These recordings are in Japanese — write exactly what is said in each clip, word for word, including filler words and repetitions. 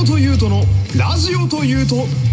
本優斗のラジオというと。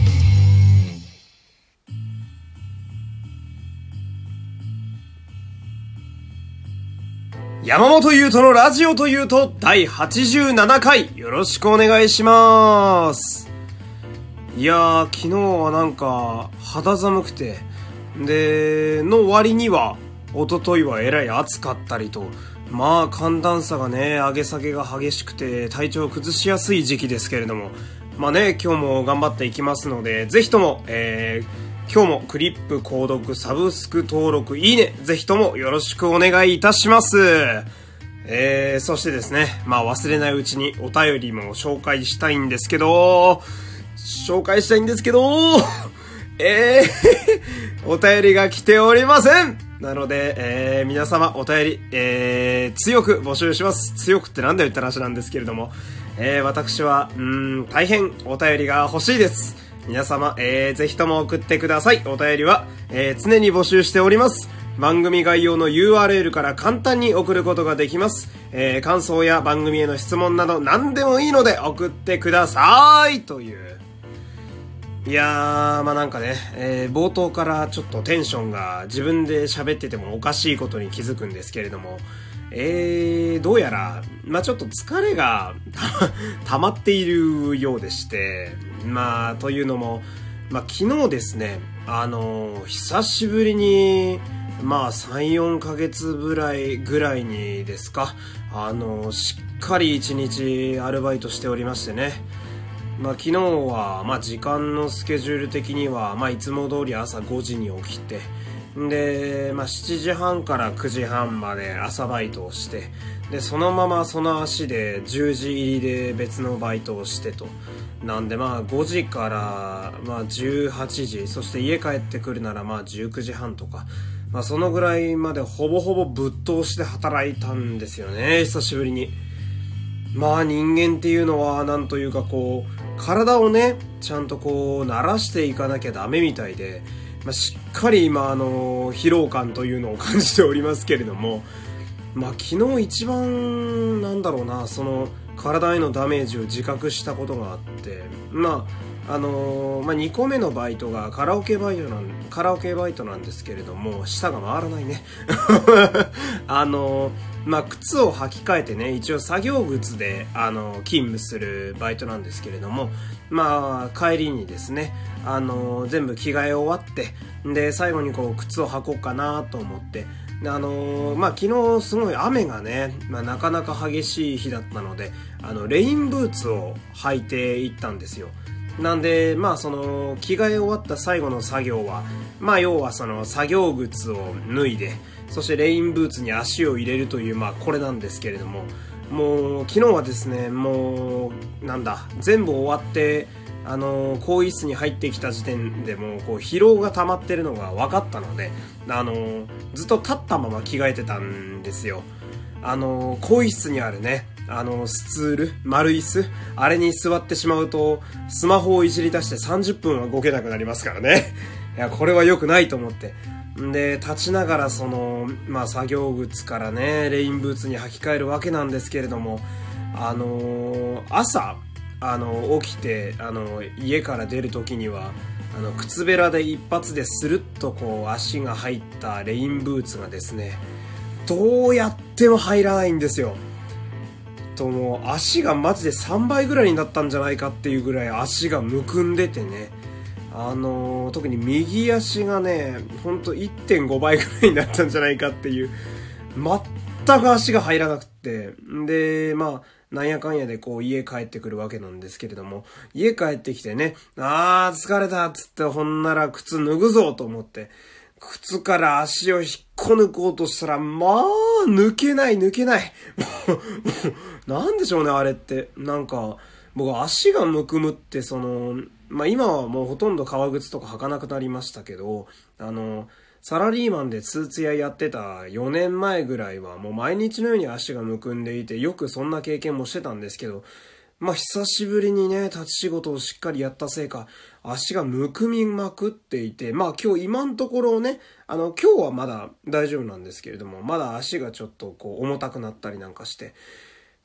山本優斗のラジオというとだいはちじゅうななかい、よろしくお願いします。いやー、昨日はなんか肌寒くて、での割には一昨日はえらい暑かったりと、まあ寒暖差がね、上げ下げが激しくて体調を崩しやすい時期ですけれども、まあね、今日も頑張っていきますので、ぜひとも、えー、今日もクリップ購読、サブスク登録、いいね、ぜひともよろしくお願いいたします。えー、そしてですね、まあ忘れないうちにお便りも紹介したいんですけど、紹介したいんですけど、えー、お便りが来ておりません。なので、えー、皆様お便り、えー、強く募集します。強くってなんだよって話なんですけれども、えー、私は、うーん、大変お便りが欲しいです。皆様、えー、ぜひとも送ってください。お便りは、えー、常に募集しております。番組概要の ユーアールエル から簡単に送ることができます。えー、感想や番組への質問など何でもいいので送ってくださいという。いやー、まあなんかね、えー、冒頭からちょっとテンションが自分で喋っててもおかしいことに気づくんですけれども、えー、どうやら、まあちょっと疲れが溜まっているようでして、まあというのも、まあ昨日ですね、あのー、久しぶりに、まあさん、よんかげつぐらい、ぐらいにですか、あのー、しっかり一日アルバイトしておりましてね、まあ昨日は、まあ時間のスケジュール的には、まあいつも通り朝ごじに起きて、で、まあしちじはんからくじはんまで朝バイトをして、で、そのままその足でじゅうじ入りで別のバイトをしてと。なんでまあごじからまあじゅうはちじ、そして家帰ってくるならまあじゅうくじはんとか、まあそのぐらいまでほぼほぼぶっ通して働いたんですよね、久しぶりに。まあ人間っていうのはなんというかこう、体をね、ちゃんとこう慣らしていかなきゃダメみたいで、まあ、しっかり今あの疲労感というのを感じておりますけれども、まあ昨日一番なんだろうな、その体へのダメージを自覚したことがあって、まああのー、まあにこめのバイトがカラオケバイトなんカラオケバイトなんですけれども、舌が回らないねあのー、まあ靴を履き替えてね、一応作業靴であのー、勤務するバイトなんですけれども、まあ帰りにですね、あのー、全部着替え終わって、で最後にこう靴を履こうかなと思って、あのー、まあ昨日すごい雨がね、まあ、なかなか激しい日だったので、あのレインブーツを履いていったんですよ。なんでまあその着替え終わった最後の作業は、まあ要はその作業靴を脱いで、そしてレインブーツに足を入れるという、まあこれなんですけれども、もう昨日はですね、もうなんだ、全部終わってあの更衣室に入ってきた時点でもうこう疲労が溜まってるのが分かったので、あのずっと立ったまま着替えてたんですよ。あの更衣室にあるね、あのスツール、丸椅子、あれに座ってしまうとスマホをいじり出してさんじゅっぷんは動けなくなりますからね。いや、これは良くないと思って、で立ちながらそのまあ作業靴からねレインブーツに履き替えるわけなんですけれども、あの朝あの起きてあの家から出る時にはあの靴べらで一発でスルッとこう足が入ったレインブーツがですね、どうやっても入らないんですよ。ともう足がマジでさんばいぐらいになったんじゃないかっていうぐらい足がむくんでてね、あのー、特に右足がねほんと いってんごばいぐらいになったんじゃないかっていう、全く足が入らなくって、でまあなんやかんやでこう家帰ってくるわけなんですけれども、家帰ってきてね、あー疲れたっつって、ほんなら靴脱ぐぞと思って靴から足を引っこ抜こうとしたら、まあ抜けない抜けないなんでしょうねあれって。なんか僕足がむくむってそのまあ今はもうほとんど革靴とか履かなくなりましたけど、あのサラリーマンでスーツ屋やってたよねんまえぐらいはもう毎日のように足がむくんでいて、よくそんな経験もしてたんですけど、まあ久しぶりにね立ち仕事をしっかりやったせいか足がむくみまくっていて、まあ今日今のところね、あの今日はまだ大丈夫なんですけれども、まだ足がちょっとこう重たくなったりなんかして、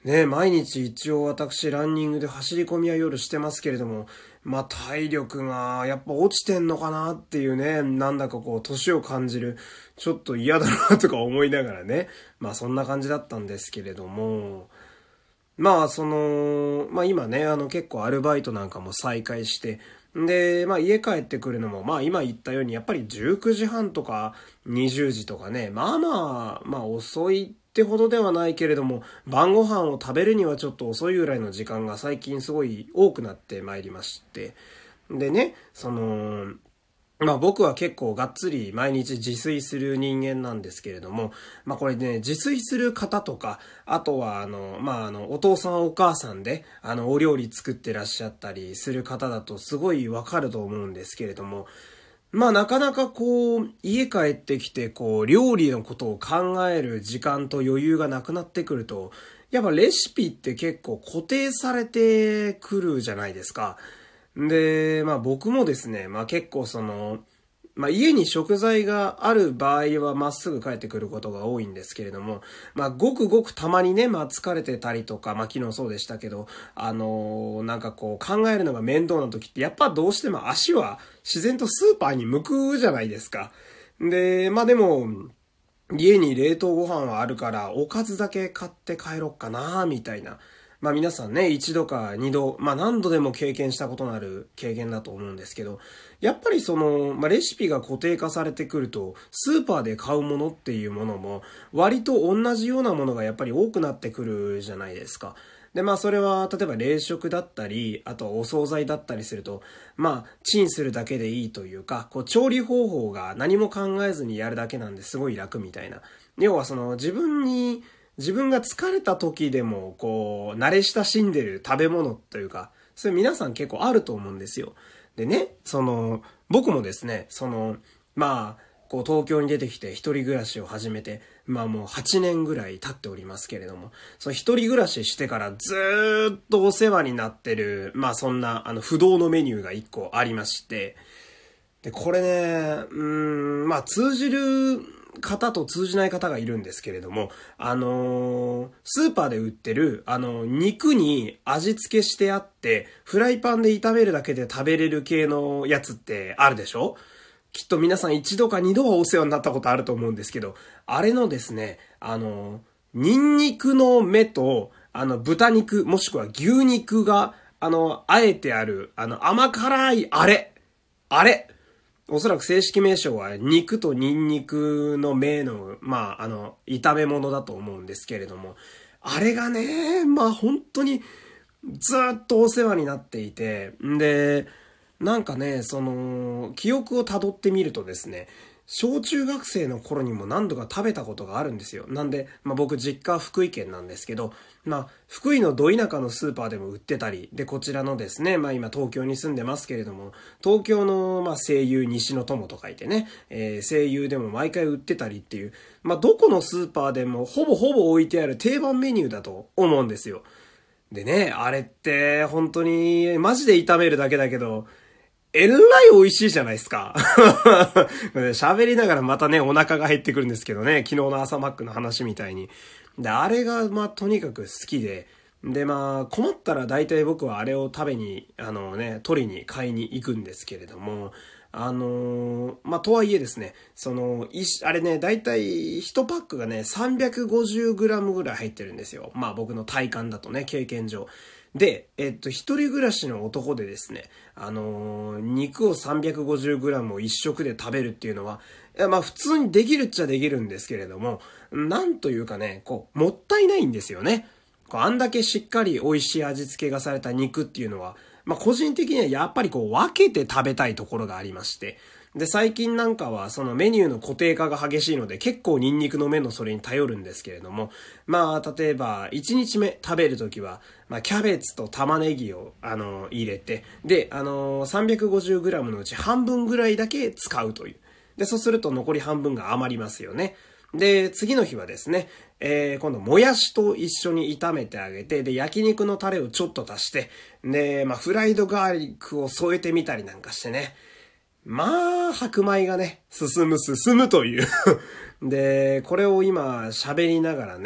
ね、毎日一応私ランニングで走り込みは夜してますけれども、まあ体力がやっぱ落ちてんのかなっていうね、なんだかこう年を感じる、ちょっと嫌だなとか思いながらね、まあそんな感じだったんですけれども、まあその、まあ今ね、あの結構アルバイトなんかも再開して、で、まあ家帰ってくるのも、まあ今言ったようにやっぱりじゅうくじはんとかにじゅうじとかね、まあまあ、まあ遅いってほどではないけれども、晩ご飯を食べるにはちょっと遅いぐらいの時間が最近すごい多くなってまいりまして。でね、その、まあ僕は結構がっつり毎日自炊する人間なんですけれども、まあこれね、自炊する方とか、あとはあの、まああの、お父さんお母さんで、あの、お料理作ってらっしゃったりする方だとすごいわかると思うんですけれども、まあなかなかこう、家帰ってきてこう、料理のことを考える時間と余裕がなくなってくると、やっぱレシピって結構固定されてくるじゃないですか。で、まあ僕もですね、まあ結構その、まあ家に食材がある場合はまっすぐ帰ってくることが多いんですけれども、まあごくごくたまにね、まあ疲れてたりとか、まあ昨日そうでしたけど、あのーなんかこう考えるのが面倒な時ってやっぱどうしても足は自然とスーパーに向くじゃないですか。で、まあでも、家に冷凍ご飯はあるからおかずだけ買って帰ろっかなみたいな。まあ皆さんね、一度か二度、まあ何度でも経験したことのある経験だと思うんですけど、やっぱりその、まあレシピが固定化されてくると、スーパーで買うものっていうものも、割と同じようなものがやっぱり多くなってくるじゃないですか。で、まあそれは、例えば冷食だったり、あとはお惣菜だったりすると、まあ、チンするだけでいいというか、こう調理方法が何も考えずにやるだけなんですごい楽みたいな。要はその自分に、自分が疲れた時でも、こう、慣れ親しんでる食べ物というか、それ皆さん結構あると思うんですよ。でね、その、僕もですね、その、まあ、こう東京に出てきて一人暮らしを始めて、まあもうはちねんぐらい経っておりますけれども、その一人暮らししてからずーっとお世話になってる、まあそんなあの不動のメニューが一個ありまして、で、これね、うーん、まあ通じる方と通じない方がいるんですけれども、あのースーパーで売ってる、あの、肉に味付けしてあって、フライパンで炒めるだけで食べれる系のやつってあるでしょ？きっと皆さん一度か二度はお世話になったことあると思うんですけど、あれのですね、あの、ニンニクの芽と、あの、豚肉、もしくは牛肉が、あの、あえてある、あの、甘辛い、あれ、あれ、おそらく正式名称は肉とニンニクの芽の、まあ、あの、炒め物だと思うんですけれども、あれがね、まあ本当にずっとお世話になっていて、んで、なんかね、その、記憶を辿ってみるとですね、小中学生の頃にも何度か食べたことがあるんですよ。なんで、まあ僕実家は福井県なんですけど、まあ福井のど田舎のスーパーでも売ってたり、でこちらのですね、まあ今東京に住んでますけれども、東京のまあ声優西の友と書いてね、えー、声優でも毎回売ってたりっていう、まあどこのスーパーでもほぼほぼ置いてある定番メニューだと思うんですよ。でね、あれって本当にマジで炒めるだけだけど、えらい美味しいじゃないですか。喋りながらまたね、お腹が減ってくるんですけどね、昨日の朝マックの話みたいに。で、あれが、まあ、とにかく好きで、で、まあ、困ったら大体僕はあれを食べに、あのね、取りに買いに行くんですけれども、あのー、まあ、とはいえですね、その、いあれね、大体いちパックがね、さんびゃくごじゅうグラム ぐらい入ってるんですよ。まあ、僕の体感だとね、経験上。で、えっと、一人暮らしの男でですね、あのー、肉を さんびゃくごじゅうグラム を一食で食べるっていうのは、いやまあ普通にできるっちゃできるんですけれども、なんというかね、こう、もったいないんですよね。こうあんだけしっかり美味しい味付けがされた肉っていうのは、まあ個人的にはやっぱりこう分けて食べたいところがありまして、で、最近なんかはそのメニューの固定化が激しいので結構ニンニクの芽のそれに頼るんですけれども、まあ例えばいちにちめ食べるときは、まあキャベツと玉ねぎをあの入れて、で、あの さんびゃくごじゅうグラム のうち半分ぐらいだけ使うという。で、そうすると残り半分が余りますよね。で、次の日はですね、えー、今度、もやしと一緒に炒めてあげて、で、焼肉のタレをちょっと足して、で、まあ、フライドガーリックを添えてみたりなんかしてね。まあ、白米がね、進む進むという。で、これを今、喋りながらね、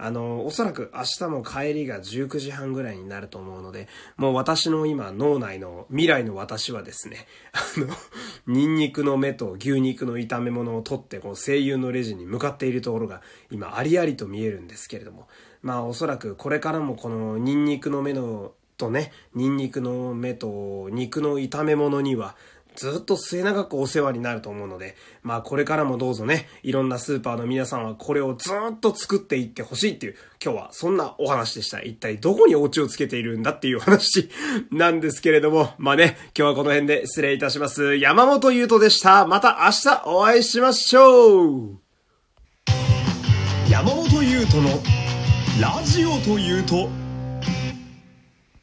あの、おそらく明日も帰りがじゅうくじはんぐらいになると思うので、もう私の今脳内の未来の私はですね、あの、ニンニクの芽と牛肉の炒め物を取って、こう声優のレジに向かっているところが今ありありと見えるんですけれども、まあおそらくこれからもこのニンニクの芽のとね、ニンニクの芽と肉の炒め物にはずっと末永くお世話になると思うので、まあこれからもどうぞね、いろんなスーパーの皆さんはこれをずっと作っていってほしいっていう、今日はそんなお話でした。一体どこにオチをつけているんだっていう話なんですけれども、まあね、今日はこの辺で失礼いたします。山本優斗でした。また明日お会いしましょう。山本優斗のラジオというと